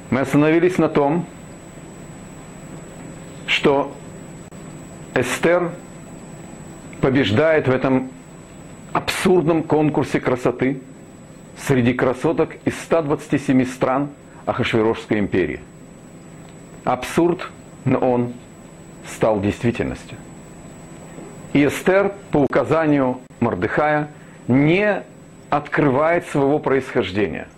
Мы остановились на том, что Эстер побеждает в этом абсурдном конкурсе красоты среди красоток из 127 стран Ахашвирошской империи. Абсурд, но он стал действительностью. И Эстер по указанию Мордехая не открывает своего происхождения.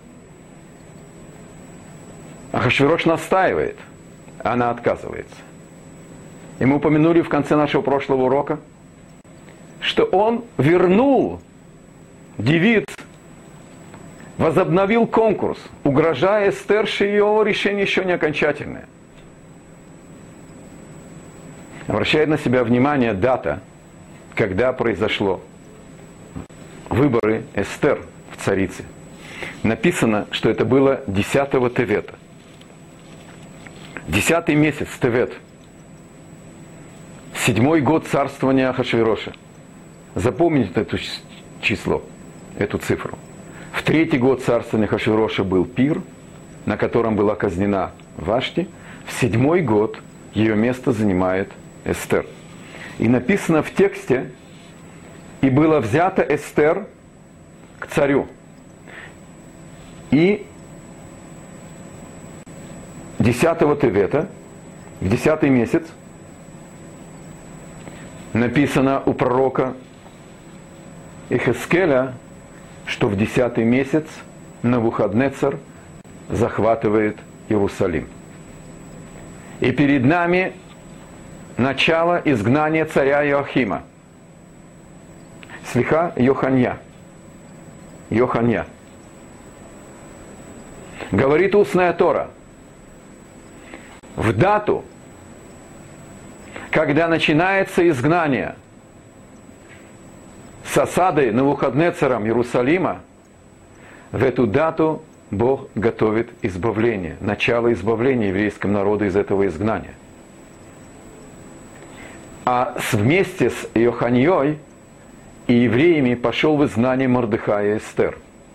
Ахашвирош настаивает, она отказывается. И мы упомянули в конце нашего прошлого урока, что он вернул девиц, возобновил конкурс, угрожая Эстер, что ее решение еще не окончательное. Обращает на себя внимание дата, когда произошло выборы Эстер в царице. Написано, что это было 10-го Тевета. 10-й месяц Тевет. 7-й год царствования Ахашвироша. Запомните это число, эту цифру. В 3-й год царствования Ахашвироша был пир, на котором была казнена Вашти. В 7-й год ее место занимает Эстер. И написано в тексте: «И было взято Эстер к царю». И 10-го Тевета, в 10-й месяц, написано у пророка Ихескеля, что в 10-й месяц Навуходнецар захватывает Иерусалим. И перед нами начало изгнания царя Иоахима. Йоханья. Говорит устная Тора. В дату, когда начинается изгнание с осадой Навуходнецаром Иерусалима, в эту дату Бог готовит избавление, начало избавления еврейского народа из этого изгнания. А вместе с Йоханьей и евреями пошел в изгнание Мордехай и Эстер.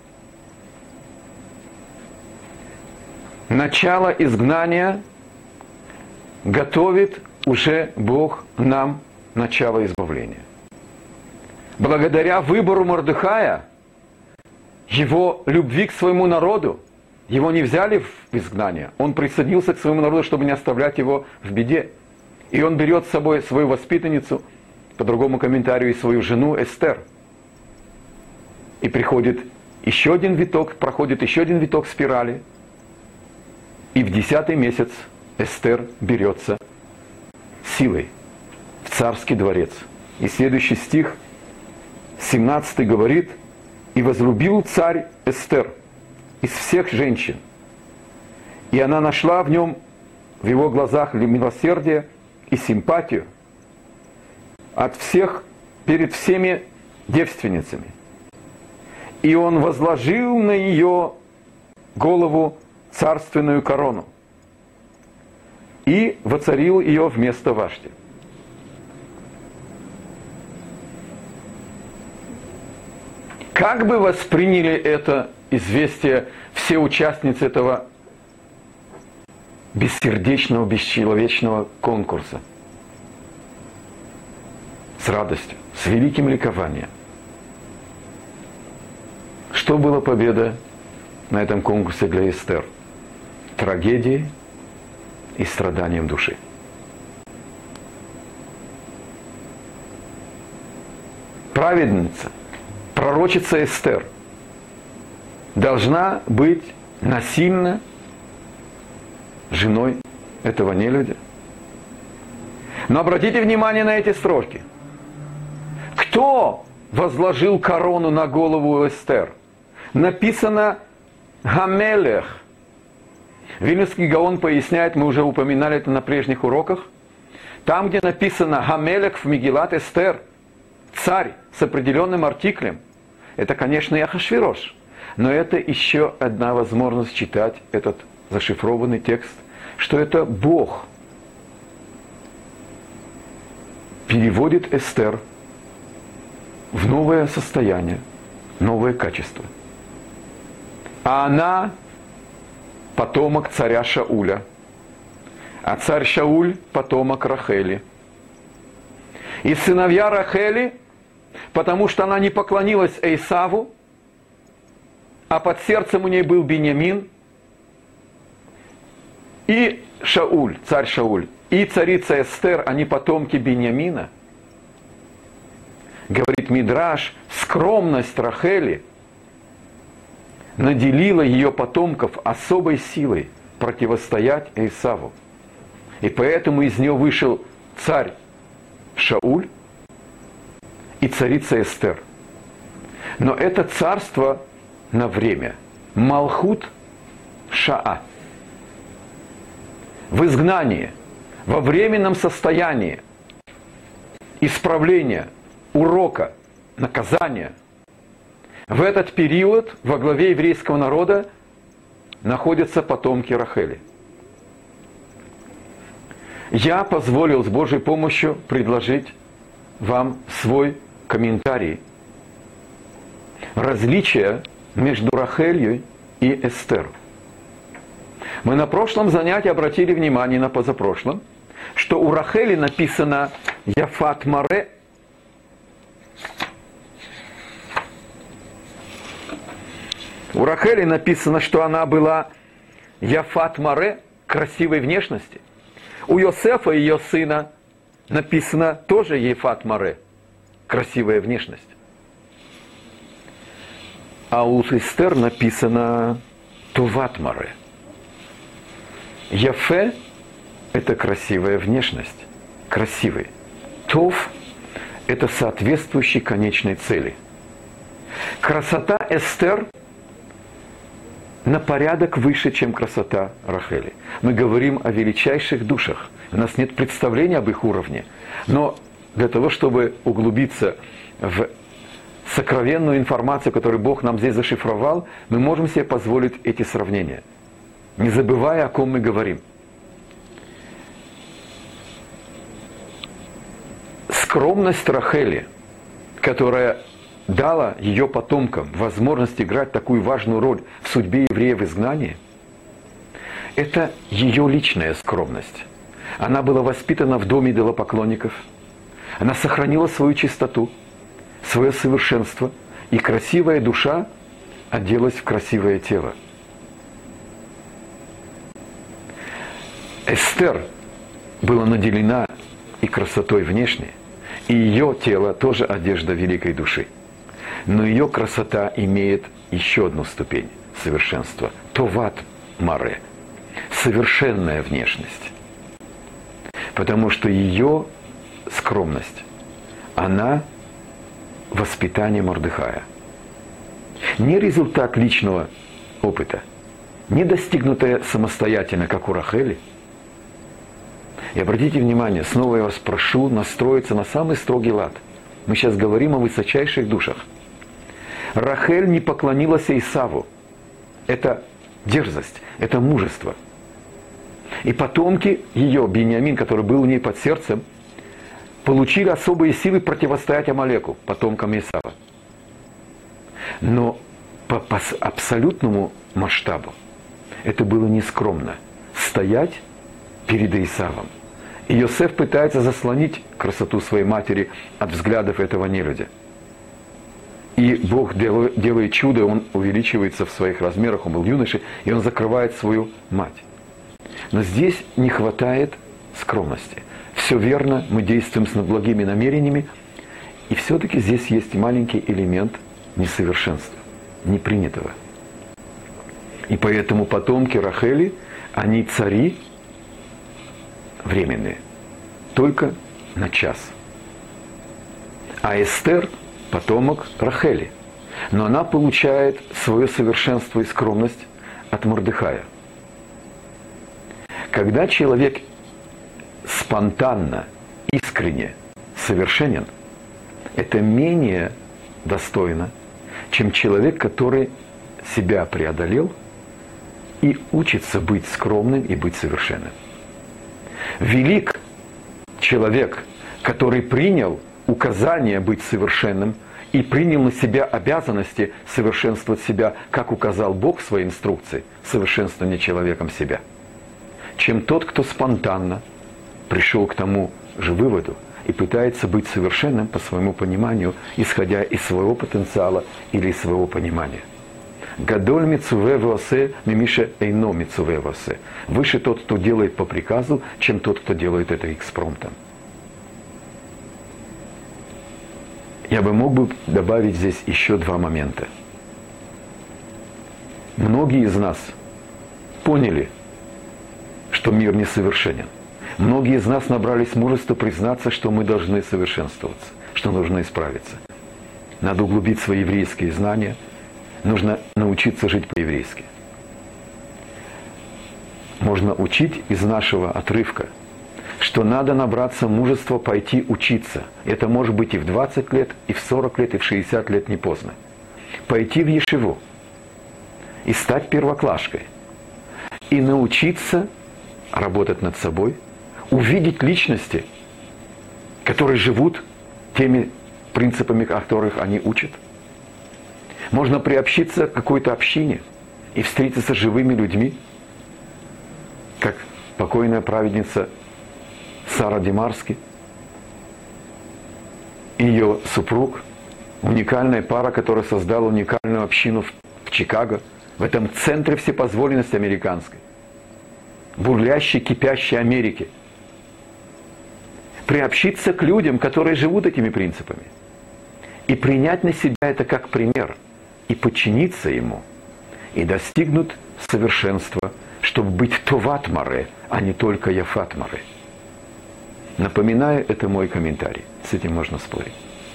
Начало изгнания готовит уже Бог нам начало избавления. Благодаря выбору Мордехая, его любви к своему народу, его не взяли в изгнание, он присоединился к своему народу, чтобы не оставлять его в беде. И он берет с собой свою воспитанницу, по другому комментарию, и свою жену Эстер. И проходит еще один виток спирали. И в 10-й месяц Эстер берется силой в царский дворец. И следующий стих, 17 говорит: «И возлюбил царь Эстер из всех женщин, и она нашла в нем, в его глазах, милосердие и симпатию перед всеми девственницами. И он возложил на ее голову царственную корону и воцарил ее вместо Вашти». Как бы восприняли это известие все участницы этого бессердечного, бесчеловечного конкурса? С радостью, с великим ликованием. Что была победа на этом конкурсе для Эстер? Трагедией и страданием души. Праведница, пророчица Эстер должна быть насильно женой этого нелюдя. Но обратите внимание на эти строки. Кто возложил корону на голову Эстер? Написано Гамелех. Вильнюсский Гаон поясняет, мы уже упоминали это на прежних уроках. Там, где написано Гамелех в Мегилат Эстер, царь с определенным артиклем, это, конечно, Ахашвирош. Но это еще одна возможность читать этот зашифрованный текст, что это Бог переводит Эстер в новое состояние, новое качество. А она потомок царя Шауля, а царь Шауль – потомок Рахели. И сыновья Рахели, потому что она не поклонилась Эйсаву, а под сердцем у ней был Биньямин, и Шауль, царь Шауль, и царица Эстер, они потомки Биньямина. Говорит Мидраш, скромность Рахели наделила ее потомков особой силой противостоять Эйсаву. И поэтому из нее вышел царь Шауль и царица Эстер. Но это царство на время. Малхут Шаа. В изгнании, во временном состоянии исправления, урока, наказания. В этот период во главе еврейского народа находятся потомки Рахели. Я позволил с Божьей помощью предложить вам свой комментарий. Различия между Рахелью и Эстер. Мы на прошлом занятии обратили внимание, на позапрошлом, что у Рахели написано «Яфат Маре». У Рахели написано, что она была «Яфат Маре», красивой внешности. У Йосефа, ее сына, написано тоже «Яфат Маре», красивая внешность. А у Эстер написано «Товат Маре». Яфе – это красивая внешность, красивый. Тов – это соответствующий конечной цели. Красота Эстер на порядок выше, чем красота Рахели. Мы говорим о величайших душах. У нас нет представления об их уровне. Но для того, чтобы углубиться в сокровенную информацию, которую Бог нам здесь зашифровал, мы можем себе позволить эти сравнения, не забывая, о ком мы говорим. Скромность Рахели, которая дала ее потомкам возможность играть такую важную роль в судьбе евреев в изгнании, это ее личная скромность. Она была воспитана в доме идолопоклонников. Она сохранила свою чистоту, свое совершенство, и красивая душа оделась в красивое тело. Эстер была наделена и красотой внешней, и ее тело тоже одежда великой души. Но ее красота имеет еще одну ступень совершенства. Товат Маре. Совершенная внешность. Потому что ее скромность, она воспитание Мордехая. Не результат личного опыта, не достигнутое самостоятельно, как у Рахели. И обратите внимание, снова я вас прошу настроиться на самый строгий лад. Мы сейчас говорим о высочайших душах. Рахель не поклонилась Исаву. Это дерзость, это мужество. И потомки ее, Биньямин, который был у ней под сердцем, получили особые силы противостоять Амалеку, потомкам Исава. Но по абсолютному масштабу это было нескромно стоять перед Исавом. И Йосеф пытается заслонить красоту своей матери от взглядов этого нелюдя. И Бог делает чудо, он увеличивается в своих размерах, он был юношей, и он закрывает свою мать. Но здесь не хватает скромности. Все верно, мы действуем с благими намерениями, и все-таки здесь есть маленький элемент несовершенства, непринятого. И поэтому потомки Рахели, они цари временные, только на час. А Эстер – потомок Рахели, но она получает свое совершенство и скромность от Мордехая. Когда человек спонтанно, искренне совершенен, это менее достойно, чем человек, который себя преодолел и учится быть скромным и быть совершенным. Велик человек, который принял указание быть совершенным и принял на себя обязанности совершенствовать себя, как указал Бог в своей инструкции, совершенствование человеком себя, чем тот, кто спонтанно пришел к тому же выводу и пытается быть совершенным по своему пониманию, исходя из своего потенциала или из своего понимания. Гадоль мицуве восе мимиша эйно мицуве восе. Выше тот, кто делает по приказу, чем тот, кто делает это экспромтом. Я бы мог бы добавить здесь еще два момента. Многие из нас поняли, что мир несовершенен. Многие из нас набрались мужества признаться, что мы должны совершенствоваться, что нужно исправиться. Надо углубить свои еврейские знания, нужно научиться жить по-еврейски. Можно учить из нашего отрывка, что надо набраться мужества пойти учиться. Это может быть и в 20 лет, и в 40 лет, и в 60 лет не поздно. Пойти в ешиву и стать первоклашкой. И научиться работать над собой, увидеть личности, которые живут теми принципами, которых они учат. Можно приобщиться к какой-то общине и встретиться с живыми людьми, как покойная праведница Сара Демарски и ее супруг, уникальная пара, которая создала уникальную общину в Чикаго, в этом центре всепозволенности американской, бурлящей, кипящей Америки. Приобщиться к людям, которые живут этими принципами, и принять на себя это как пример, и подчиниться ему, и достигнуть совершенства, чтобы быть товат маре, а не только яфат маре. Напоминаю, это мой комментарий. С этим можно спорить.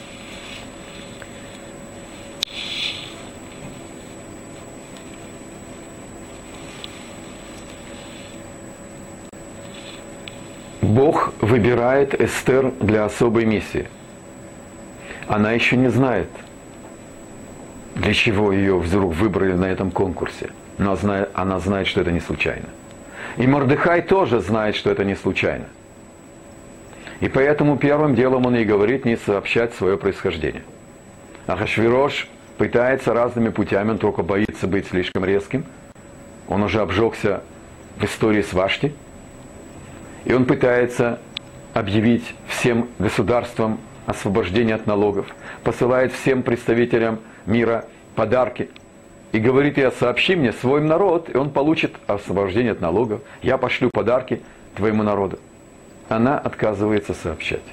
Бог выбирает Эстер для особой миссии. Она еще не знает, для чего ее вдруг выбрали на этом конкурсе. Но она знает, что это не случайно. И Мордехай тоже знает, что это не случайно. И поэтому первым делом он ей говорит не сообщать свое происхождение. Ахашвирош пытается разными путями, он только боится быть слишком резким. Он уже обжегся в истории с Вашти. И он пытается объявить всем государствам освобождение от налогов, посылает всем представителям мира подарки и говорит ей: сообщи мне свой народ, и он получит освобождение от налогов, я пошлю подарки твоему народу. Она отказывается сообщать.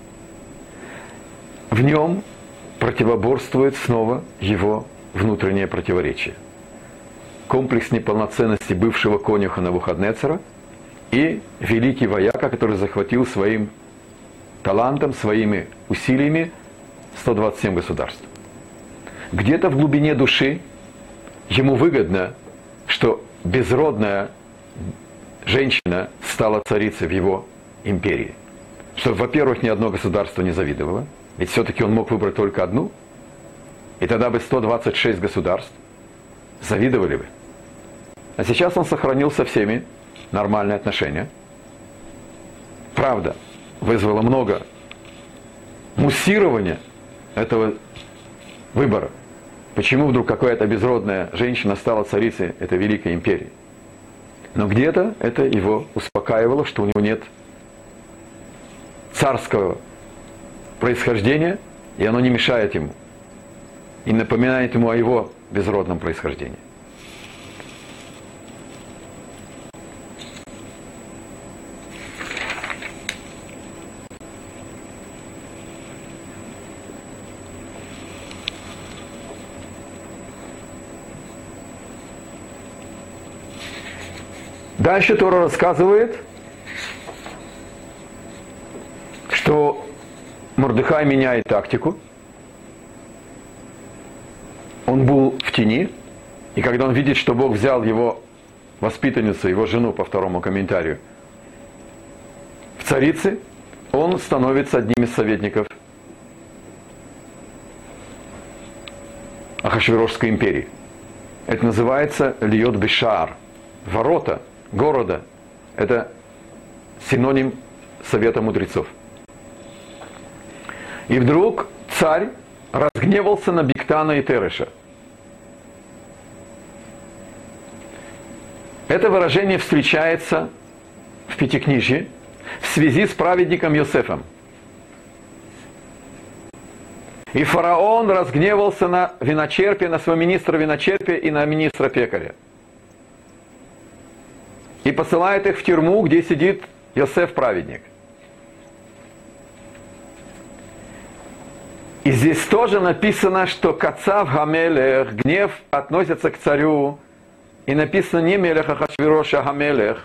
В нем противоборствует снова его внутреннее противоречие. Комплекс неполноценности бывшего конюха Навуходнецера и великий вояка, который захватил своим талантом, своими усилиями 127 государств. Где-то в глубине души ему выгодно, что безродная женщина стала царицей в его империи. Чтобы, во-первых, ни одно государство не завидовало, ведь все-таки он мог выбрать только одну, и тогда бы 126 государств завидовали бы. А сейчас он сохранил со всеми нормальные отношения. Правда, вызвало много муссирования этого выбора. Почему вдруг какая-то безродная женщина стала царицей этой великой империи? Но где-то это его успокаивало, что у него нет царского происхождения, и оно не мешает ему. И напоминает ему о его безродном происхождении. Дальше Тора рассказывает, что Мордехай меняет тактику. Он был в тени, и когда он видит, что Бог взял его воспитанницу, его жену, по второму комментарию, в царицы, он становится одним из советников Ахашвирошской империи. Это называется Льот Бешаар, ворота города. Это синоним совета мудрецов. И вдруг царь разгневался на Биктана и Тереша. Это выражение встречается в Пятикнижье в связи с праведником Йосефом. И фараон разгневался на виночерпия, на своего министра виночерпия и на министра пекаря. И посылает их в тюрьму, где сидит Йосеф праведник. И здесь тоже написано, что Кацав Гамелех, гнев относится к царю. И написано не Мелех Ахашвирош, а Гамелех.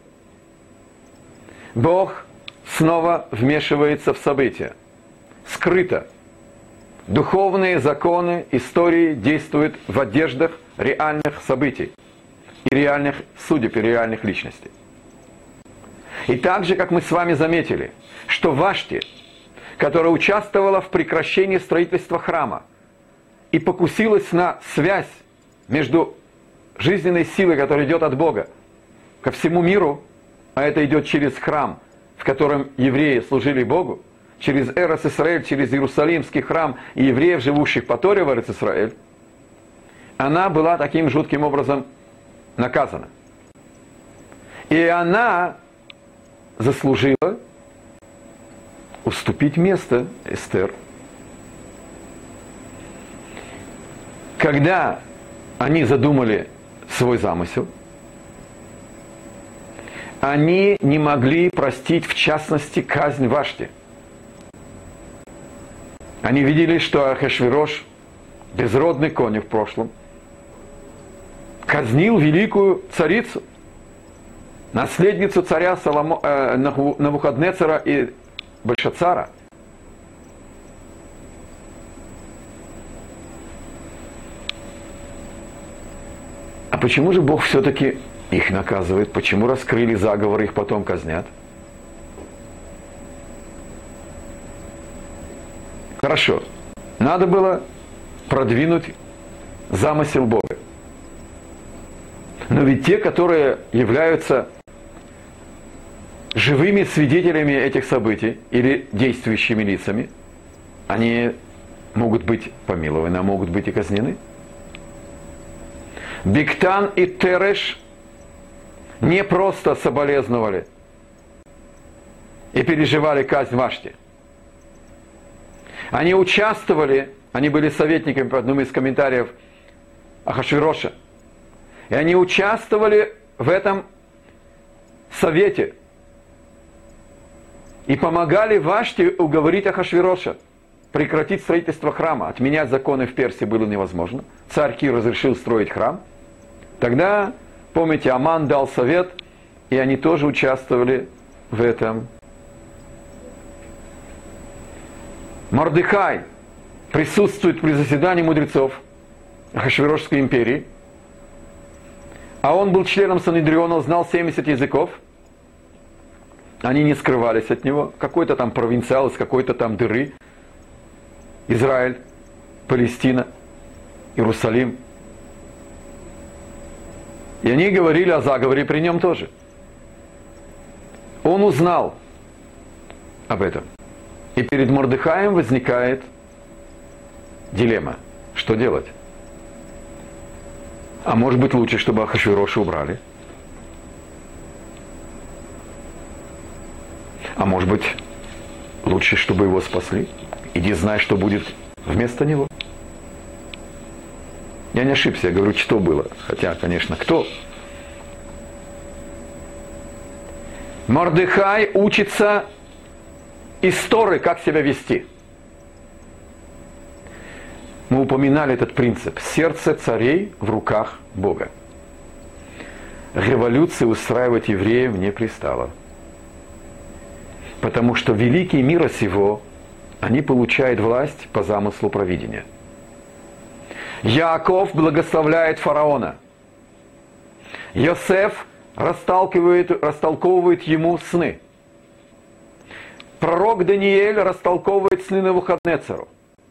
Бог снова вмешивается в события. Скрыто. Духовные законы истории действуют в одеждах реальных событий. И реальных судеб, и реальных личностей. И так же, как мы с вами заметили, что Вашти, которая участвовала в прекращении строительства храма и покусилась на связь между жизненной силой, которая идет от Бога, ко всему миру, а это идет через храм, в котором евреи служили Богу, через Эрес Исраэль, через Иерусалимский храм и евреев, живущих по Торе в Эрес Исраэль, она была таким жутким образом наказана. И она заслужила уступить место Эстер. Когда они задумали свой замысел, они не могли простить, в частности, казнь Вашти. Они видели, что Ахашвирош, безродный конь в прошлом, казнил великую царицу, наследницу царя Навуходнецера и Большацара. А почему же Бог все-таки их наказывает? Почему раскрыли заговор, их потом казнят? Хорошо. Надо было продвинуть замысел Бога. Но ведь те, которые являются живыми свидетелями этих событий или действующими лицами, они могут быть помилованы, а могут быть и казнены. Биктан и Тереш не просто соболезновали и переживали казнь Вашти. Они участвовали, они были советниками, по одному из комментариев Ахашвироша, и они участвовали в этом совете и помогали Вашти уговорить Ахашвироша прекратить строительство храма. Отменять законы в Персии было невозможно. Царь Кир разрешил строить храм. Тогда, помните, Аман дал совет, и они тоже участвовали в этом. Мордехай присутствует при заседании мудрецов Ахашвирошской империи, а он был членом Санедриона, знал 70 языков. Они не скрывались от него. Какой-то там провинциал из какой-то там дыры. Израиль, Палестина, Иерусалим. И они говорили о заговоре при нем тоже. Он узнал об этом. И перед Мордехаем возникает дилемма. Что делать? А может быть лучше, чтобы Ахашвироша убрали? А может быть лучше, чтобы его спасли? Иди знай, что будет вместо него. Я не ошибся, я говорю, что было. Хотя, конечно, кто? Мордехай учится из Торы, как себя вести. Мы упоминали этот принцип. Сердце царей в руках Бога. Революции устраивать евреев не пристало. Потому что великий мира сего, они получают власть по замыслу провидения. Яаков благословляет фараона. Йосеф растолковывает ему сны. Пророк Даниэль растолковывает сны Навуходнецеру.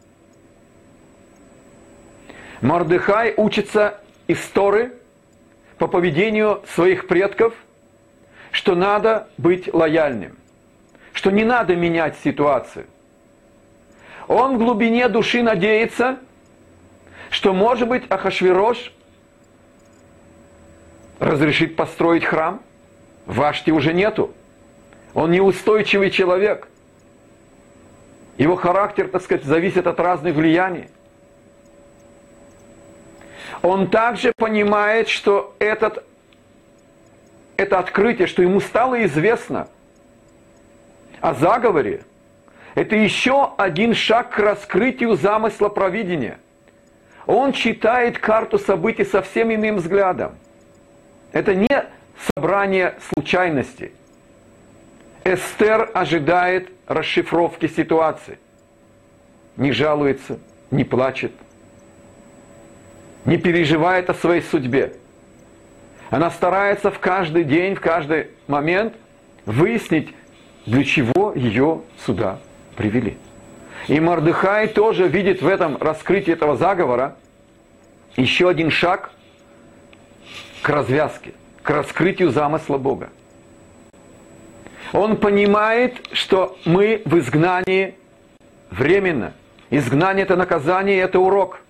Мордехай учится из Торы по поведению своих предков, что надо быть лояльным, что не надо менять ситуацию. Он в глубине души надеется, что, может быть, Ахашвирош разрешит построить храм. Вашти уже нету. Он неустойчивый человек. Его характер, так сказать, зависит от разных влияний. Он также понимает, что это открытие, что ему стало известно о заговоре, это еще один шаг к раскрытию замысла провидения. Он читает карту событий совсем иным взглядом. Это не собрание случайностей. Эстер ожидает расшифровки ситуации. Не жалуется, не плачет, не переживает о своей судьбе. Она старается в каждый день, в каждый момент выяснить, для чего ее сюда привели. И Мордехай тоже видит в этом раскрытии этого заговора еще один шаг к развязке, к раскрытию замысла Бога. Он понимает, что мы в изгнании временно. Изгнание – это наказание, это урок.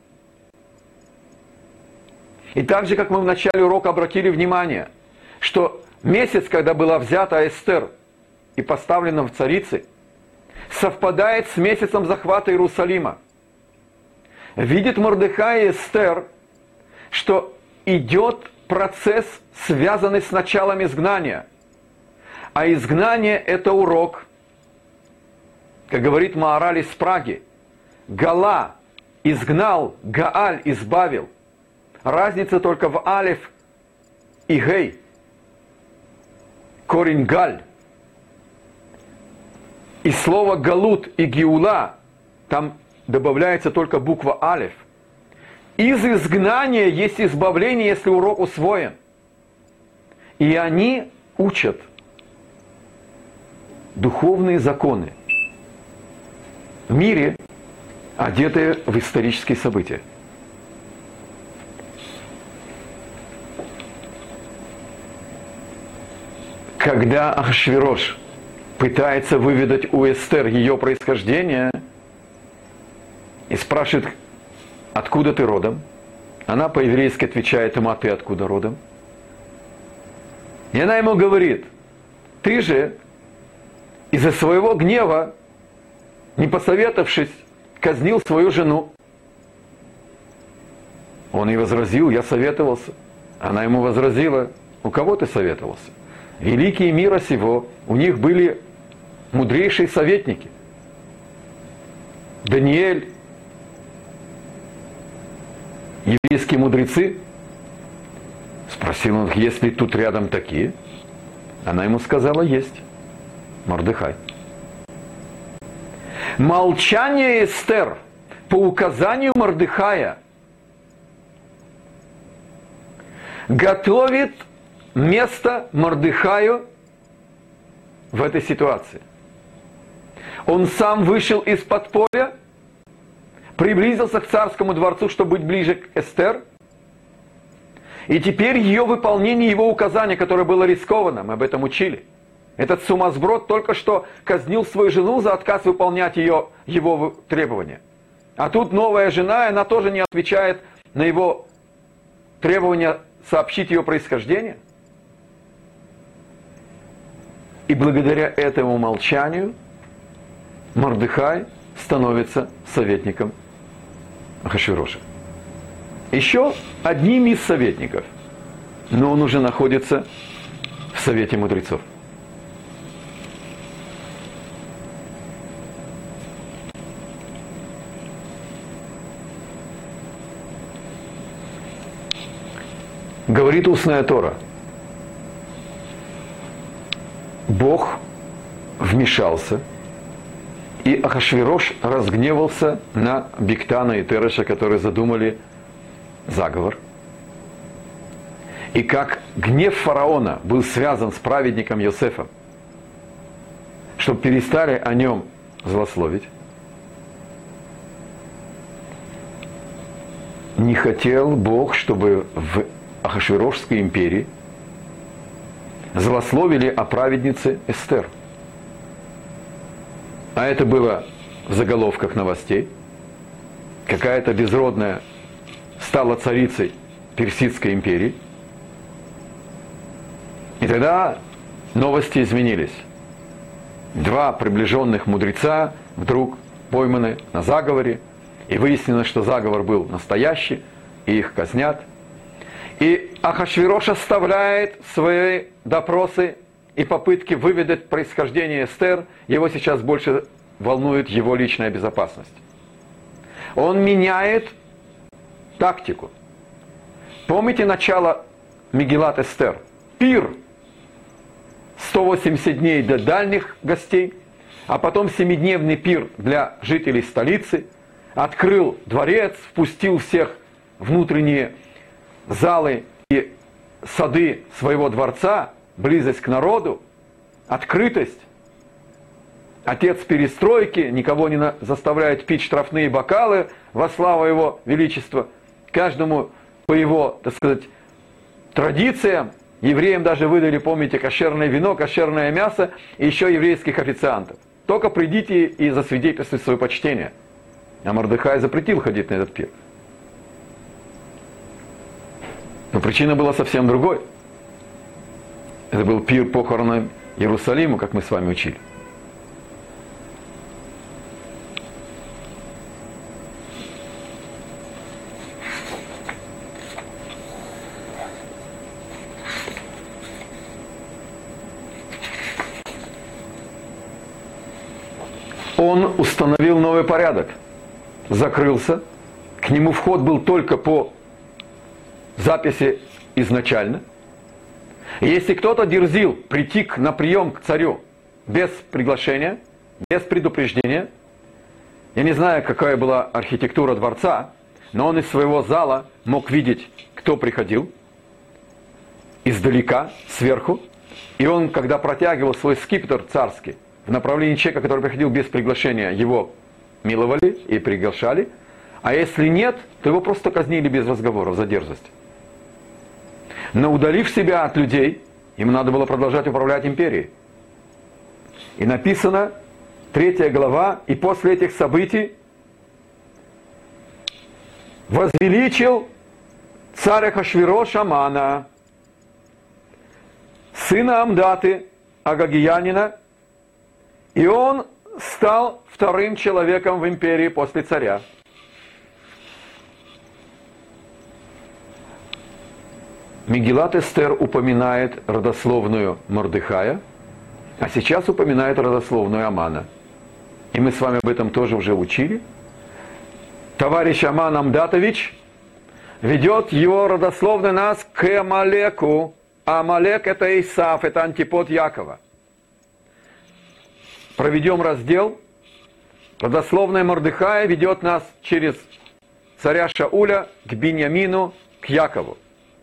И так же, как мы в начале урока обратили внимание, что месяц, когда была взята Эстер и поставлена в царицы, совпадает с месяцем захвата Иерусалима. Видит Мордехай и Эстер, что идет процесс, связанный с началом изгнания. А изгнание – это урок. Как говорит Маораль из Праги, Гала изгнал, Гааль избавил. Разница только в алиф и гей. Корень галь. И слово галут и геула, там добавляется только буква алиф. Из изгнания есть избавление, если урок усвоен. И они учат духовные законы в мире, одетые в исторические события. Когда Ахашвирош пытается выведать у Эстер ее происхождение и спрашивает, откуда ты родом, она по-еврейски отвечает ему, а ты откуда родом? И она ему говорит, ты же из-за своего гнева, не посоветовавшись, казнил свою жену. Он ей возразил, я советовался. Она ему возразила, у кого ты советовался? Великие мира сего, у них были мудрейшие советники. Даниэль, еврейские мудрецы. Спросил он, есть ли тут рядом такие? Она ему сказала, есть. Мордехай. Молчание Эстер по указанию Мордехая готовит место Мордехаю в этой ситуации. Он сам вышел из подполья, приблизился к царскому дворцу, чтобы быть ближе к Эстер. И теперь ее выполнение, его указания, которое было рискованно, мы об этом учили. Этот сумасброд только что казнил свою жену за отказ выполнять его требования. А тут новая жена, и она тоже не отвечает на его требования сообщить ее происхождение. И благодаря этому молчанию Мордехай становится советником Ахашвироша. Еще одним из советников, но он уже находится в совете мудрецов. Говорит устная Тора. Бог вмешался, и Ахашвирош разгневался на Бигтана и Тереша, которые задумали заговор. И как гнев фараона был связан с праведником Йосефом, чтобы перестали о нем злословить, не хотел Бог, чтобы в Ахашвирошской империи злословили о праведнице Эстер. А это было в заголовках новостей. Какая-то безродная стала царицей Персидской империи. И тогда новости изменились. Два приближенных мудреца вдруг пойманы на заговоре, и выяснилось, что заговор был настоящий, и их казнят. И Ахашвирош оставляет свои допросы и попытки выведать происхождение Эстер. Его сейчас больше волнует его личная безопасность. Он меняет тактику. Помните начало Мегилат Эстер? Пир. 180 дней для дальних гостей, а потом 7-дневный пир для жителей столицы. Открыл дворец, впустил всех в внутренние залы и сады своего дворца, близость к народу, открытость. Отец перестройки, никого не заставляет пить штрафные бокалы во славу его величества. Каждому по его, так сказать, традициям. Евреям даже выдали, помните, кошерное вино, кошерное мясо и еще еврейских официантов. Только придите и засвидетельствуйте свое почтение. А Мордехай запретил ходить на этот пир. Но причина была совсем другой. Это был пир похороны Иерусалиму, как мы с вами учили. Он установил новый порядок. Закрылся. К нему вход был только по записи изначально. Если кто-то дерзил прийти на прием к царю без приглашения, без предупреждения, я не знаю, какая была архитектура дворца, но он из своего зала мог видеть, кто приходил, издалека, сверху. И он, когда протягивал свой скипетр царский в направлении человека, который приходил без приглашения, его миловали и приглашали. А если нет, то его просто казнили без разговоров за дерзость. Но удалив себя от людей, ему надо было продолжать управлять империей. И написано, 3 глава, и после этих событий возвеличил царь Ахашвирош Амана, сына Амдаты, Агагиянина, и он стал вторым человеком в империи после царя. Мегилат Эстер упоминает родословную Мордехая, а сейчас упоминает родословную Амана. И мы с вами об этом тоже уже учили. Товарищ Аман Амдатович ведет его родословно нас к Амалеку. А Амалек это Исав, это антипод Якова. Проведем раздел. Родословная Мордехая ведет нас через царя Шауля к Биньямину, к Якову.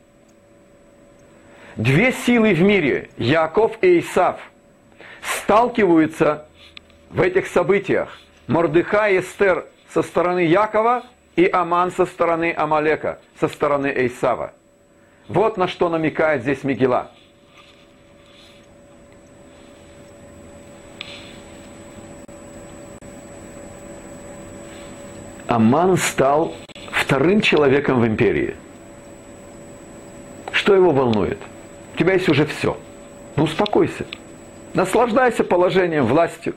Две силы в мире, Яков и Исав, сталкиваются в этих событиях. Мордехай и Эстер со стороны Якова и Аман со стороны Амалека, со стороны Исава. Вот на что намекает здесь Мегила. Аман стал вторым человеком в империи. Что его волнует? У тебя есть уже все. Ну успокойся. Наслаждайся положением, властью.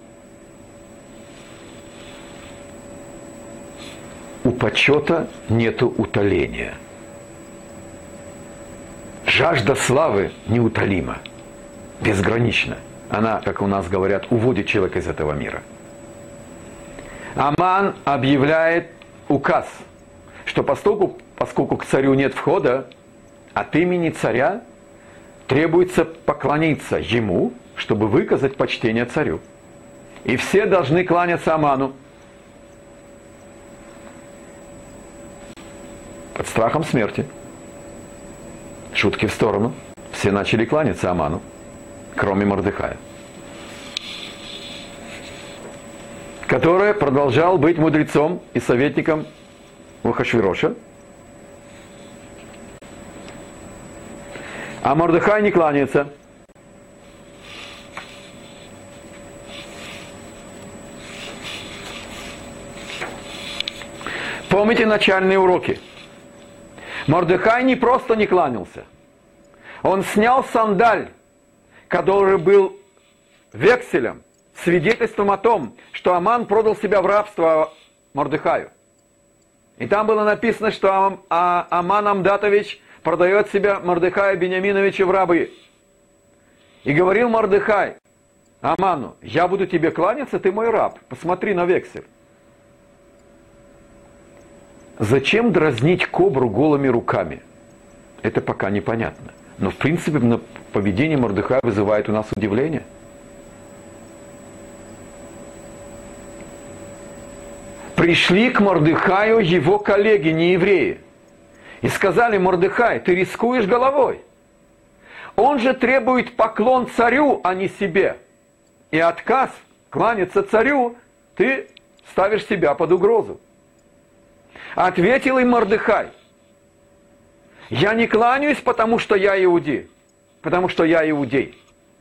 У почета нету утоления. Жажда славы неутолима, безгранична. Она, как у нас говорят, уводит человека из этого мира. Аман объявляет указ, что поскольку к царю нет входа, от имени царя требуется поклониться ему, чтобы выказать почтение царю. И все должны кланяться Аману. Под страхом смерти. Шутки в сторону. Все начали кланяться Аману, кроме Мордехая, который продолжал быть мудрецом и советником у Ахашвироша. А Мордехай не кланяется. Помните начальные уроки? Мордехай не просто не кланялся. Он снял сандаль, который был векселем, свидетельством о том, что Аман продал себя в рабство Мордехаю. И там было написано, что Аман Амдатович продает себя Мордехаю Бениаминовичу в рабы. И говорил Мордехай Аману: я буду тебе кланяться, ты мой раб, посмотри на вексель. Зачем дразнить кобру голыми руками? Это пока непонятно. Но в принципе поведение Мордехая вызывает у нас удивление. Пришли к Мордехаю его коллеги, не евреи, и сказали: Мордехай, ты рискуешь головой. Он же требует поклон царю, а не себе. И отказ кланяться царю, ты ставишь себя под угрозу. Ответил им Мордехай: я не кланяюсь, потому что я иудей, потому что я иудей.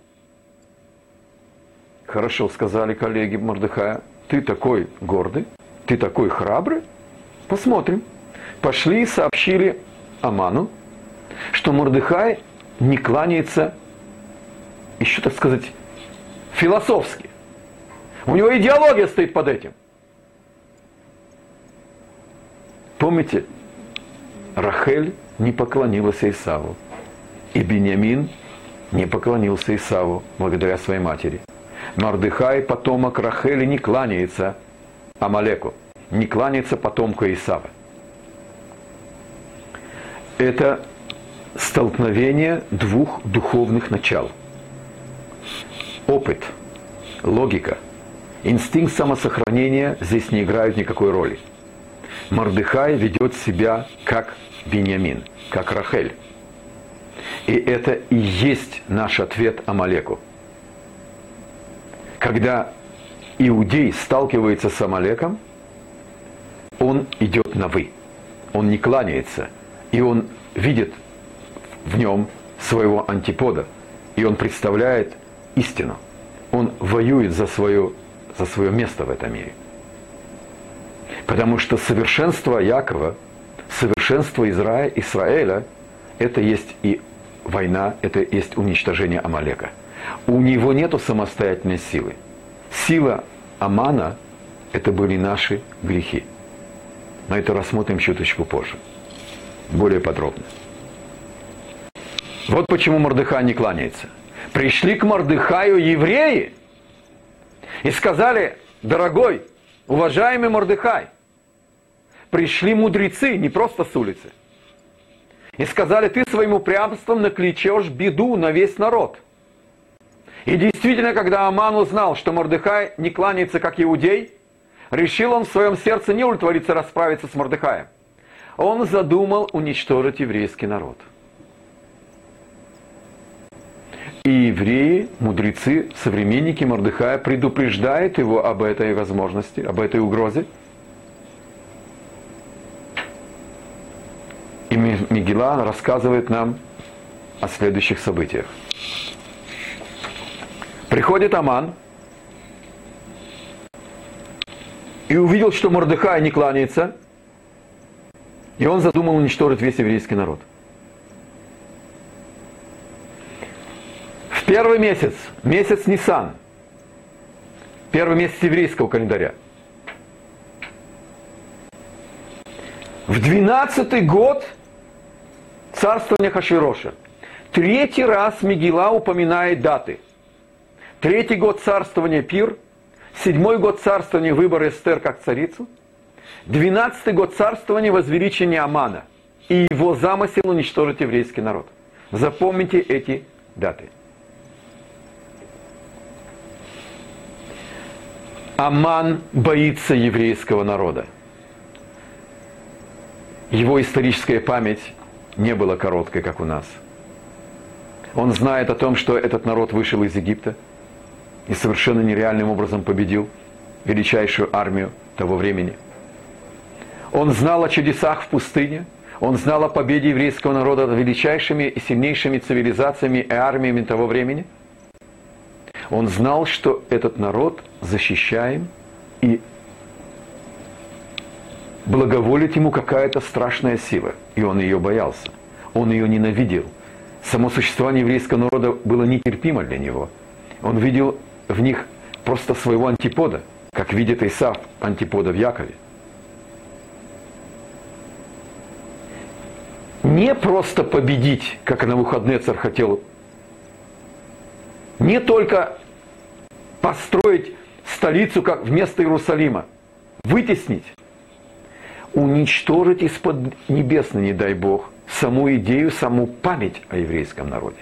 Хорошо, сказали коллеги Мордехая, ты такой гордый, ты такой храбрый? Посмотрим. Пошли и сообщили Аману, что Мордехай не кланяется, еще, так сказать, философски. У него идеология стоит под этим. Помните, Рахель не поклонилась Исаву, и Беньямин не поклонился Исаву благодаря своей матери. Мордехай, потомок Рахели, не кланяется Амалеку, не кланяется потомку Исава. Это столкновение двух духовных начал. Опыт, логика, инстинкт самосохранения здесь не играют никакой роли. Мордехай ведет себя как Беньямин, как Рахель. И это и есть наш ответ Амалеку. Когда иудей сталкивается с Амалеком, он идет на «вы». Он не кланяется, и он видит в нем своего антипода, и он представляет истину. Он воюет за свое место в этом мире. Потому что совершенство Якова, совершенство Израиля, это есть и война, это есть уничтожение Амалека. У него нету самостоятельной силы. Сила Амана – это были наши грехи. Но это рассмотрим чуточку позже, более подробно. Вот почему Мордехай не кланяется. Пришли к Мордехаю евреи и сказали: дорогой, уважаемый Мордехай, пришли мудрецы, не просто с улицы, и сказали: ты своим упрямством накличешь беду на весь народ. И действительно, когда Аман узнал, что Мордехай не кланяется как иудей, решил он в своем сердце не удовлетвориться расправиться с Мордехаем. Он задумал уничтожить еврейский народ. И евреи, мудрецы, современники Мордехая предупреждают его об этой возможности, об этой угрозе. И Мегилла рассказывает нам о следующих событиях. Приходит Аман и увидел, что Мордехай не кланяется, и он задумал уничтожить весь еврейский народ. В первый месяц, месяц Нисан, первый месяц еврейского календаря, в 12-й год царствования Ахашвироша, третий раз Мегилла упоминает даты. 3-й год царствования Пир, 7-й год царствования выбора Эстер как царицу, 12-й год царствования возвеличения Амана и его замысел уничтожить еврейский народ. Запомните эти даты. Аман боится еврейского народа. Его историческая память не была короткой, как у нас. Он знает о том, что этот народ вышел из Египта и совершенно нереальным образом победил величайшую армию того времени. Он знал о чудесах в пустыне, он знал о победе еврейского народа над величайшими и сильнейшими цивилизациями и армиями того времени. Он знал, что этот народ защищаем и благоволит ему какая-то страшная сила, и он ее боялся. Он ее ненавидел. Само существование еврейского народа было нетерпимо для него. Он видел в них просто своего антипода, как видит Исав антипода в Якове. Не просто победить, как Навуходнецар хотел, не только построить столицу как вместо Иерусалима, вытеснить, уничтожить из-под небесной, не дай Бог, саму идею, саму память о еврейском народе.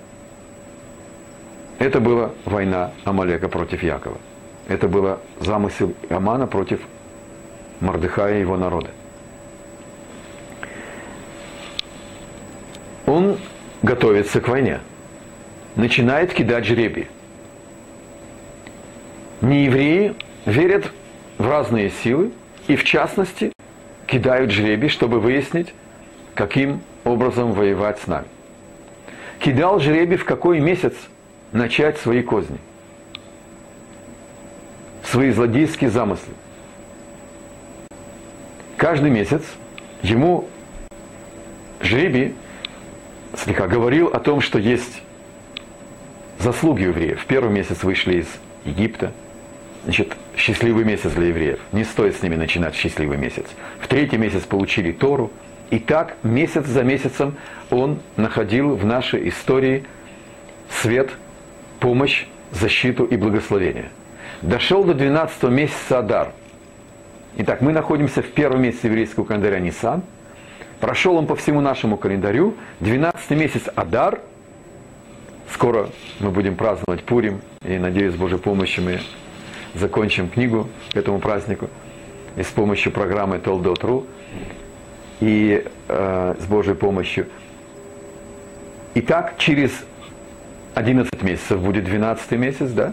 Это была война Амалека против Якова. Это был замысел Амана против Мордехая и его народа. Он готовится к войне. Начинает кидать жребий. Неевреи верят в разные силы и, в частности, кидают жребий, чтобы выяснить, каким образом воевать с нами. Кидал жребий, в какой месяц начать свои козни, свои злодейские замыслы. Каждый месяц ему жребий слегка говорил о том, что есть заслуги евреев. В первый месяц вышли из Египта. Значит, счастливый месяц для евреев. Не стоит с ними начинать счастливый месяц. В третий месяц получили Тору. И так месяц за месяцем он находил в нашей истории свет, помощь, защиту и благословение. Дошел до 12 месяца Адар. Итак, мы находимся в первом месяце еврейского календаря Нисан. Прошел он по всему нашему календарю. 12 месяц Адар. Скоро мы будем праздновать Пурим. И, надеюсь, с Божьей помощью мы закончим книгу к этому празднику. И с помощью программы Толдот.ру. И с Божьей помощью. Итак, через 11 месяцев будет 12 месяц, да?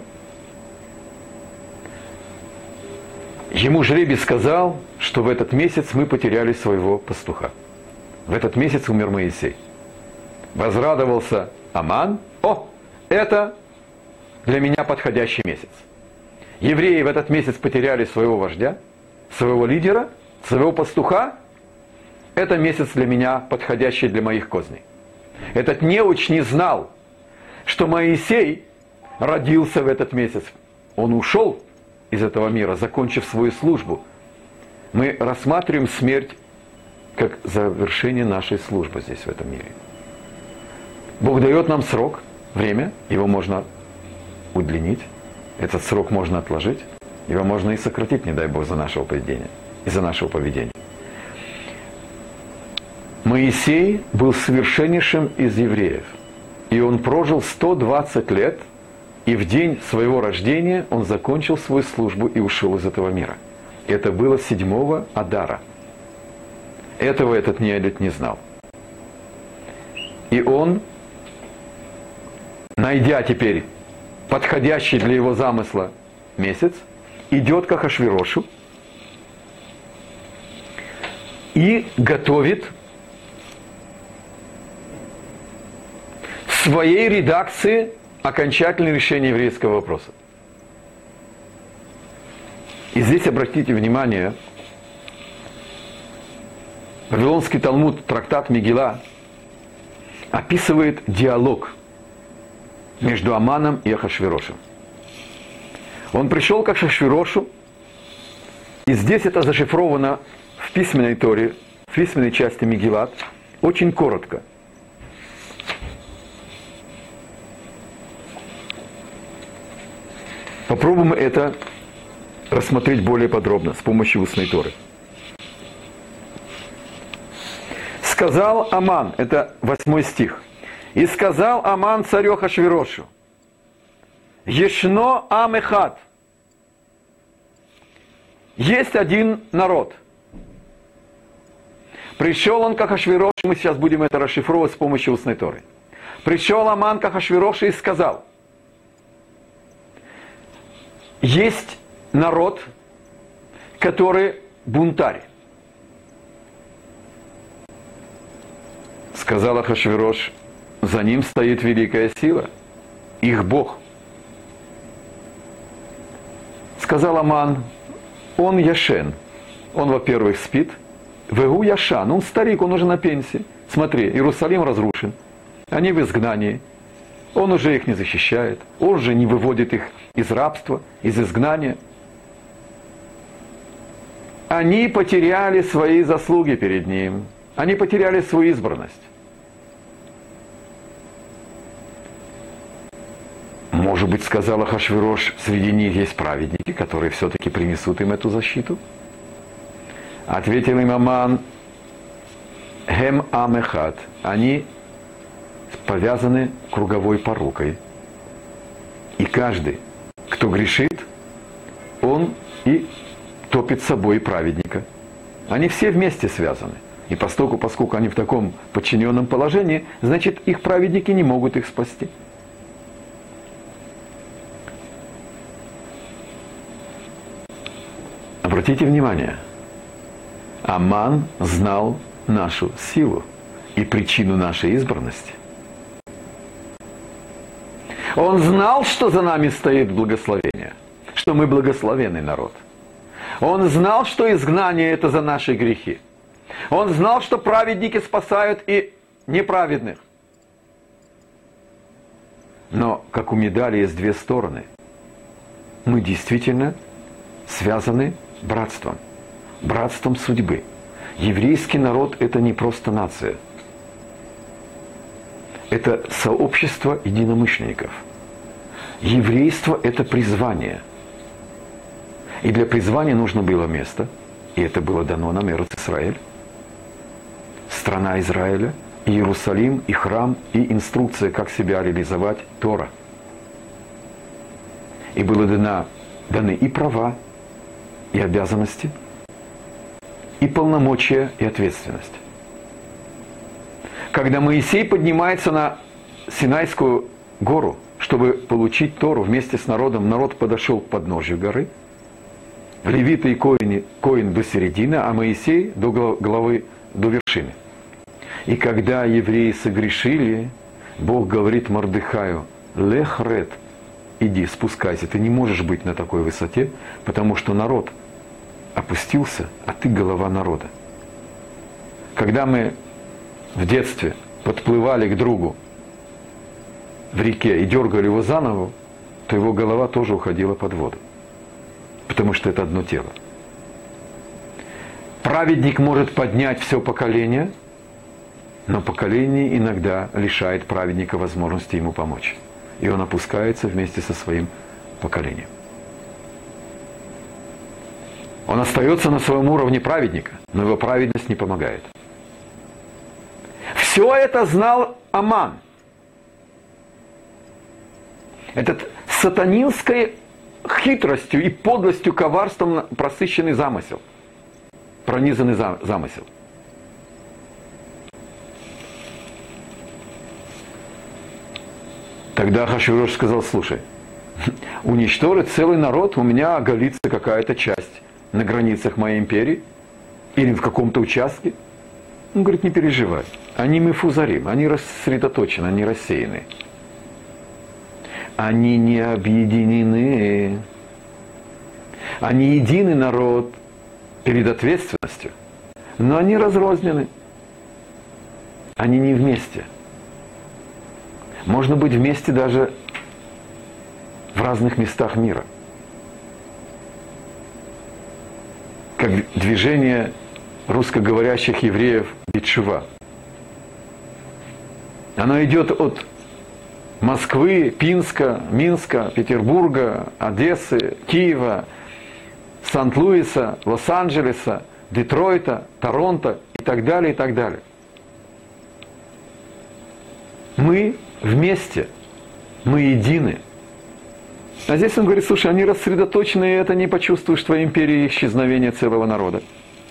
Ему жребий сказал, что в этот месяц мы потеряли своего пастуха. В этот месяц умер Моисей. Возрадовался Аман. О, это для меня подходящий месяц. Евреи в этот месяц потеряли своего вождя, своего лидера, своего пастуха. Это месяц для меня подходящий для моих козней. Этот неуч не знал, что Моисей родился в этот месяц. Он ушел из этого мира, закончив свою службу. Мы рассматриваем смерть как завершение нашей службы здесь, в этом мире. Бог дает нам срок, время, его можно удлинить, этот срок можно отложить, его можно и сократить, не дай Бог, из-за нашего поведения. Моисей был совершеннейшим из евреев, и он прожил 120 лет, и в день своего рождения он закончил свою службу и ушел из этого мира. Это было 7 Адара. Этого этот неолит не знал. И он, найдя теперь подходящий для его замысла месяц, идет к Ахашвирошу и готовит в своей редакции окончательное решение еврейского вопроса. И здесь обратите внимание, Вавилонский Талмуд, трактат Мегилла, описывает диалог между Аманом и Ахашвирошем. Он пришел к Ахашвирошу, и здесь это зашифровано в письменной Торе, в письменной части Мегилат, очень коротко. Попробуем это рассмотреть более подробно с помощью устной Торы. Сказал Аман, это 8 стих, и сказал Аман царю Ахашвирошу: Ешно Амехат, есть один народ. Пришел он к Ахашвирошу, мы сейчас будем это расшифровывать с помощью устной Торы. Пришел Аман к Ахашвирошу и сказал: есть народ, который бунтарь. Сказал Ахашвирош: за ним стоит великая сила, их Бог. Сказал Аман: он Яшен, Он, во-первых, спит. Вегу Яшан, он старик, он уже на пенсии. Смотри, Иерусалим разрушен. Они в изгнании. Он уже их не защищает. Он же не выводит их из рабства, из изгнания. Они потеряли свои заслуги перед ним. Они потеряли свою избранность. Может быть, сказал Ахашвирош, среди них есть праведники, которые все-таки принесут им эту защиту? Ответил им Аман, Хем Амехат. Они повязаны круговой порукой. И каждый, кто грешит, он и топит собой праведника. Они все вместе связаны. И поскольку они в таком подчиненном положении, значит, их праведники не могут их спасти. Обратите внимание, Аман знал нашу силу и причину нашей избранности. Он знал, что за нами стоит благословение, что мы благословенный народ. Он знал, что изгнание – это за наши грехи. Он знал, что праведники спасают и неправедных. Но, как у медали, есть две стороны. Мы действительно связаны братством, братством судьбы. Еврейский народ – это не просто нация. Это сообщество единомышленников. Еврейство – это призвание. И для призвания нужно было место, и это было дано нам Эрец-Исраэль, страна Израиля, и Иерусалим, и храм, и инструкция, как себя реализовать, Тора. И были даны и права, и обязанности, и полномочия, и ответственность. Когда Моисей поднимается на Синайскую гору, чтобы получить Тору вместе с народом, народ подошел к подножию горы, левиты и коин до середины, а Моисей до головы, до вершины. И когда евреи согрешили, Бог говорит Мордехаю: «Лехрет, иди, спускайся, ты не можешь быть на такой высоте, потому что народ опустился, а ты голова народа». Когда мы в детстве подплывали к другу в реке и дергали его за ногу, то его голова тоже уходила под воду, потому что это одно тело. Праведник может поднять все поколение, но поколение иногда лишает праведника возможности ему помочь. И он опускается вместе со своим поколением. Он остается на своем уровне праведника, но его праведность не помогает. Все это знал Аман. Этот сатанинской хитростью и подлостью, коварством просыщенный замысел, пронизанный замысел. Тогда Ахашвирош сказал: слушай, уничтожить целый народ, у меня оголится какая-то часть на границах моей империи или в каком-то участке. Он говорит: не переживай, они мифузарим, они рассредоточены, они рассеяны. Они не объединены. Они единый народ перед ответственностью, но они разрознены. Они не вместе. Можно быть вместе даже в разных местах мира. Как движение русскоговорящих евреев Бетшува. Оно идет от Москвы, Пинска, Минска, Петербурга, Одессы, Киева, Сант-Луиса, Лос-Анджелеса, Детройта, Торонто и так далее, и так далее. Мы вместе, мы едины. А здесь он говорит: слушай, они рассредоточены, и это не почувствуешь в твоей империи исчезновения целого народа.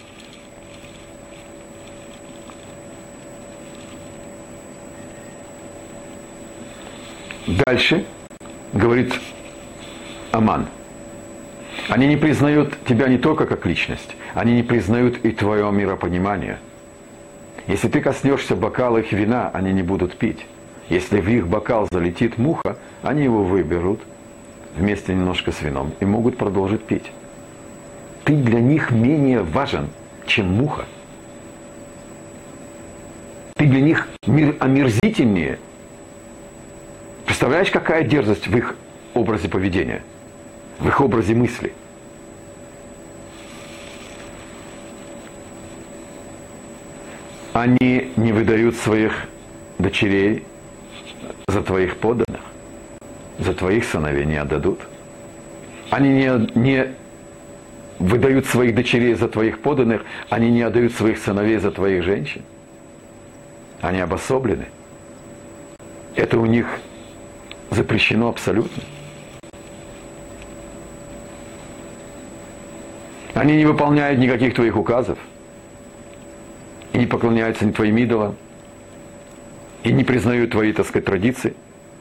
Дальше говорит Аман: они не признают тебя не только как личность, они не признают и твое миропонимание. Если ты коснешься бокала их вина, они не будут пить. Если в их бокал залетит муха, они его выберут вместе немножко с вином и могут продолжить пить. ты для них менее важен, чем муха. Ты для них омерзительнее. Представляешь, какая дерзость в их образе поведения, в их образе мысли? Они не выдают своих дочерей за твоих подданных, за твоих сыновей не отдадут. Они не выдают своих дочерей за твоих подданных, они не отдают своих сыновей за твоих женщин. Они обособлены. Это у них запрещено абсолютно. Они не выполняют никаких твоих указов. И не поклоняются ни твоим идолам. И не признают твои, так сказать, традиции.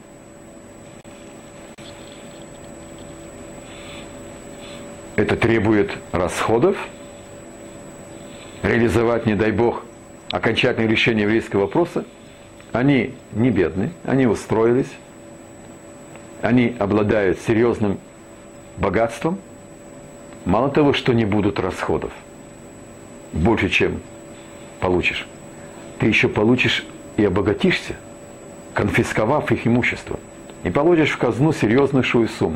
Это требует расходов. Реализовать, не дай Бог, окончательное решение еврейского вопроса. Они не бедны, они устроились. Они обладают серьезным богатством. Мало того, что не будут расходов, больше, чем получишь, ты еще получишь и обогатишься, конфисковав их имущество. И положишь в казну серьезную сумму.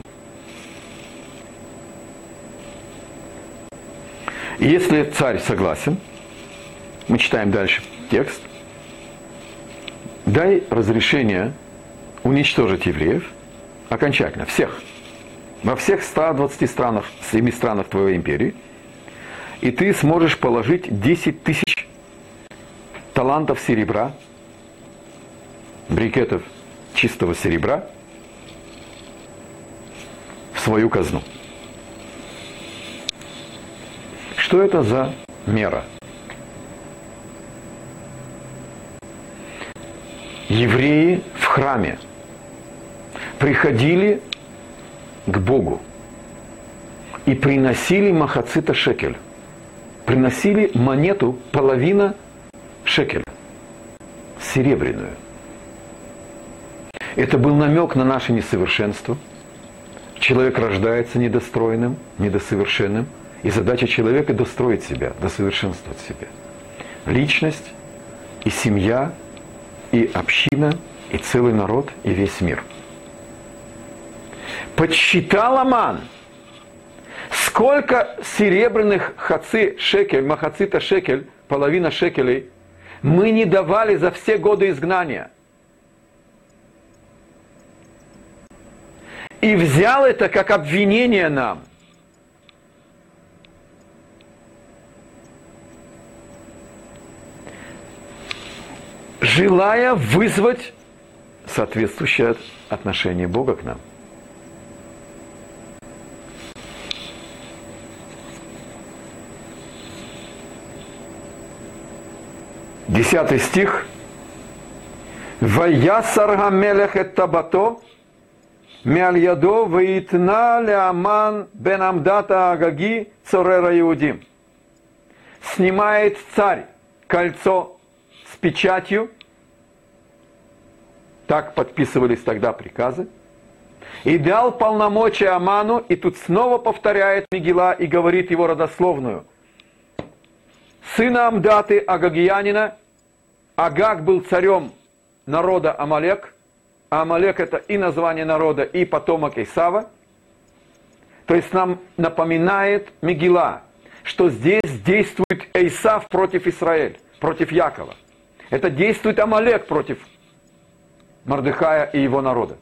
И если царь согласен, мы читаем дальше текст, дай разрешение уничтожить евреев окончательно, всех, во всех 120 странах, 7 странах твоей империи, и ты сможешь положить 10 тысяч талантов серебра, брикетов чистого серебра в свою казну. Что это за мера? Евреи в храме приходили к Богу и приносили махацита шекель. Приносили монету половина шекеля, серебряную. Это был намек на наше несовершенство. Человек рождается недостроенным, недосовершенным, и задача человека достроить себя, досовершенствовать себя. Личность и семья, и община, и целый народ, и весь мир. Подсчитал Аман, сколько серебряных хаци шекель, махацита шекель, половина шекелей, мы не давали за все годы изгнания. И взял это как обвинение нам. Желая вызвать соответствующее отношение Бога к нам. Десятый стих. «Ваясар гамелех эт табато, меаль ядо ваитна леаман бен Амдата Агаги цорера Иудим». Снимает царь кольцо с печатью, так подписывались тогда приказы, и дал полномочия Аману, и тут снова повторяет Мегила и говорит его родословную. Сына Амдаты Агагиянина, Агаг был царем народа Амалек, а Амалек это и название народа, и потомок Исава. То есть нам напоминает Мегила, что здесь действует Исав против Израиля, против Якова. Это действует Амалек против Мордехая и его народа.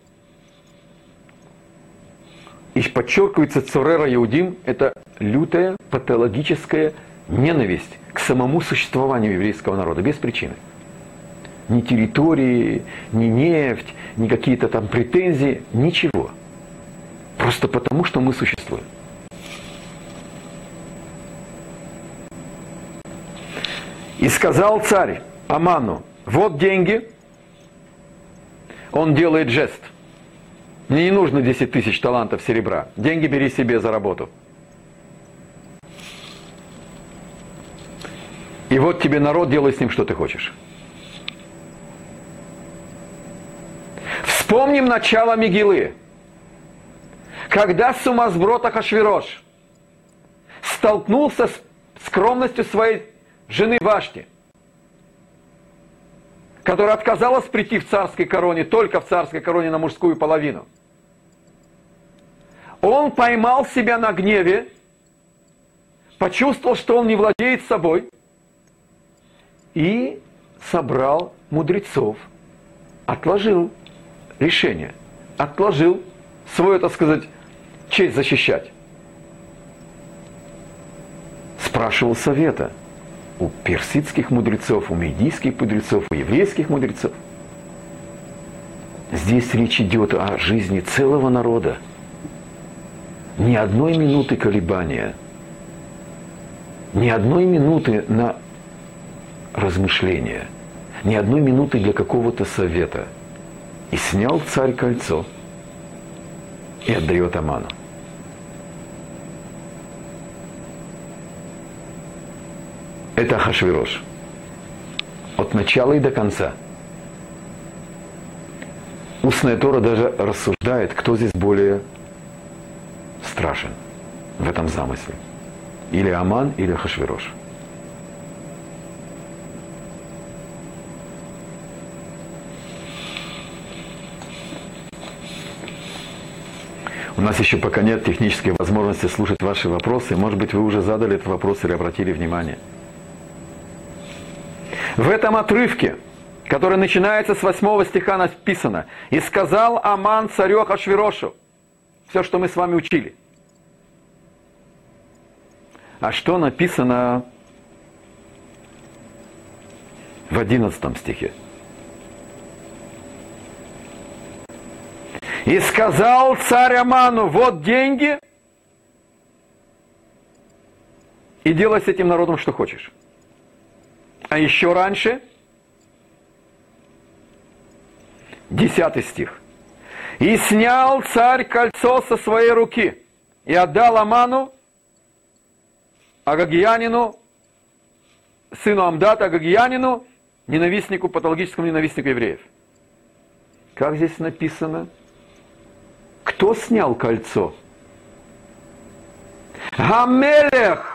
И подчеркивается Цорера Иудим, это лютая патологическая ненависть к самому существованию еврейского народа, без причины. Ни территории, ни нефть, ни какие-то там претензии, ничего. Просто потому, что мы существуем. И сказал царь Аману, вот деньги. Он делает жест. Мне не нужно 10 тысяч талантов серебра. Деньги бери себе за работу. И вот тебе народ, делай с ним, что ты хочешь. Вспомним начало Мегилы. Когда сумасброд Ахашвирош столкнулся с скромностью своей жены Вашти, которая отказалась прийти в царской короне, только в царской короне на мужскую половину. Он поймал себя на гневе, почувствовал, что он не владеет собой, и собрал мудрецов, отложил решение, отложил свою, так сказать, честь защищать. Спрашивал совета у персидских мудрецов, у медийских мудрецов, у еврейских мудрецов. Здесь речь идет о жизни целого народа. Ни одной минуты колебания, ни одной минуты на размышления, ни одной минуты для какого-то совета. И снял царь кольцо и отдает Аману. Это Ахашвирош. От начала и до конца. Устная Тора даже рассуждает, кто здесь более страшен в этом замысле. Или Аман, или Ахашвирош. У нас еще пока нет технической возможности слушать ваши вопросы. Может быть, вы уже задали этот вопрос или обратили внимание. В этом отрывке, который начинается с 8 стиха, написано: «И сказал Аман царю Ахашвирошу». Все, что мы с вами учили. А что написано в 11 стихе? «И сказал царь Аману: вот деньги, и делай с этим народом, что хочешь». А еще раньше, 10 стих. «И снял царь кольцо со своей руки, и отдал Аману, Агагиянину, сыну Амдата, Агагиянину, ненавистнику, патологическому ненавистнику евреев». Как здесь написано? Кто снял кольцо? Гамелех.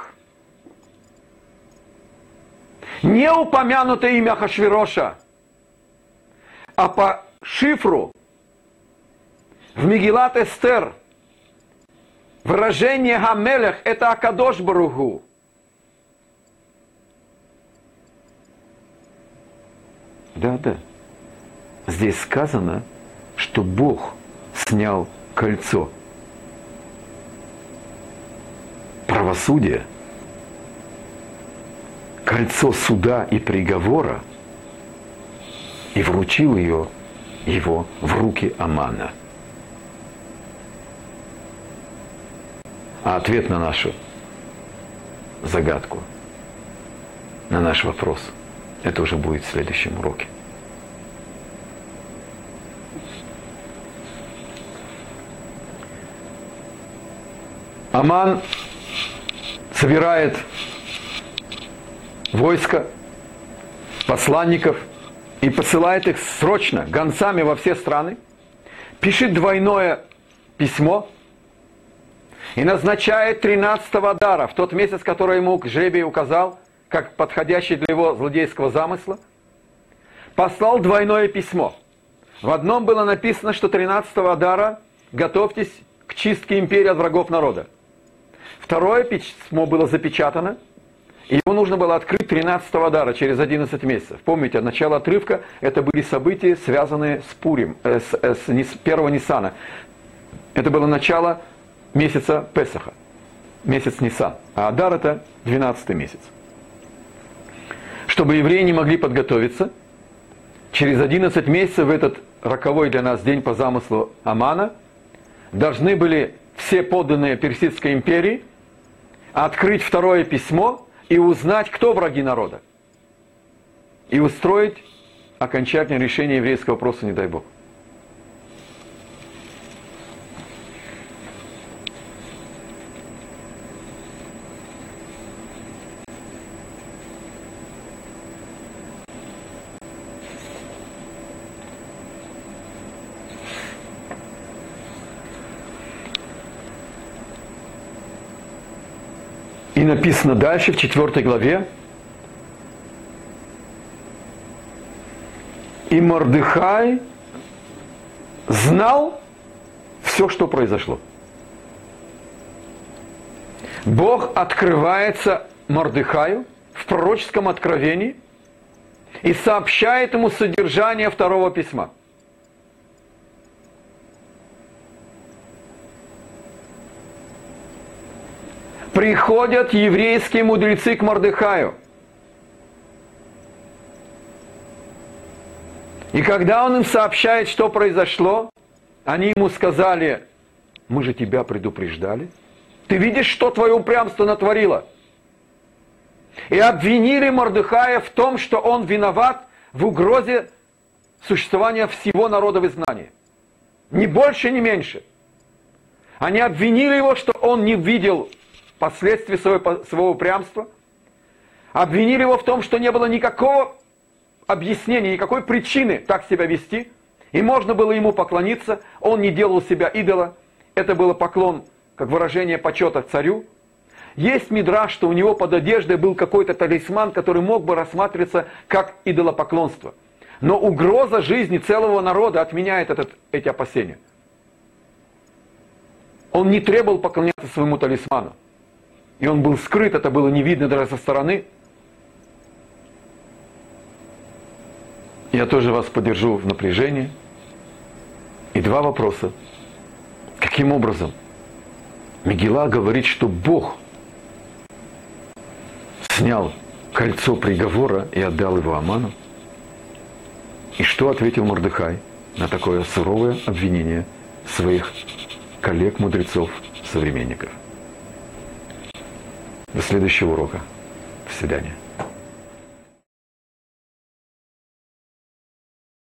Не упомянуто имя Ахашвироша, а по шифру в Мегилат Эстер выражение Гамелех – это Акадош Баругу. Да. Здесь сказано, что Бог снял кольцо правосудия, кольцо суда и приговора, и вручил его в руки Амана. А ответ на нашу загадку, на наш вопрос, это уже будет в следующем уроке. Аман собирает войско, посланников и посылает их срочно, гонцами во все страны, пишет двойное письмо и назначает 13-го Адара, в тот месяц, который ему жребий указал, как подходящий для его злодейского замысла, послал двойное письмо. В одном было написано, что 13-го Адара готовьтесь к чистке империи от врагов народа. Второе письмо было запечатано, и его нужно было открыть 13-го Адара через 11 месяцев. Помните, начало отрывка, это были события, связанные с Пурим, с первого Ниссана. Это было начало месяца Песаха, месяц Ниссан. А Адар это 12-й месяц. Чтобы евреи не могли подготовиться, через 11 месяцев в этот роковой для нас день по замыслу Амана должны были все подданные Персидской империи открыть второе письмо и узнать, кто враги народа. И устроить окончательное решение еврейского вопроса, не дай Бог. И написано дальше, в 4 главе. И Мордехай знал все, что произошло. Бог открывается Мордехаю в пророческом откровении и сообщает ему содержание 2 письма. Приходят еврейские мудрецы к Мордехаю. И когда он им сообщает, что произошло, они ему сказали: мы же тебя предупреждали. Ты видишь, что твое упрямство натворило? И обвинили Мордехая в том, что он виноват в угрозе существования всего народа в изгнании. Ни больше, ни меньше. Они обвинили его, что он не видел последствий своего упрямства. Обвинили его в том, что не было никакого объяснения, никакой причины так себя вести. И можно было ему поклониться. Он не делал себя идола. Это был поклон, как выражение почета царю. Есть мидраш, что у него под одеждой был какой-то талисман, который мог бы рассматриваться как идолопоклонство. Но угроза жизни целого народа отменяет эти опасения. Он не требовал поклоняться своему талисману. И он был скрыт, это было не видно даже со стороны. Я тоже вас поддержу в напряжении. И 2 вопроса. Каким образом Мегилла говорит, что Бог снял кольцо приговора и отдал его Аману? И что ответил Мордехай на такое суровое обвинение своих коллег-мудрецов, современников? До следующего урока. До свидания.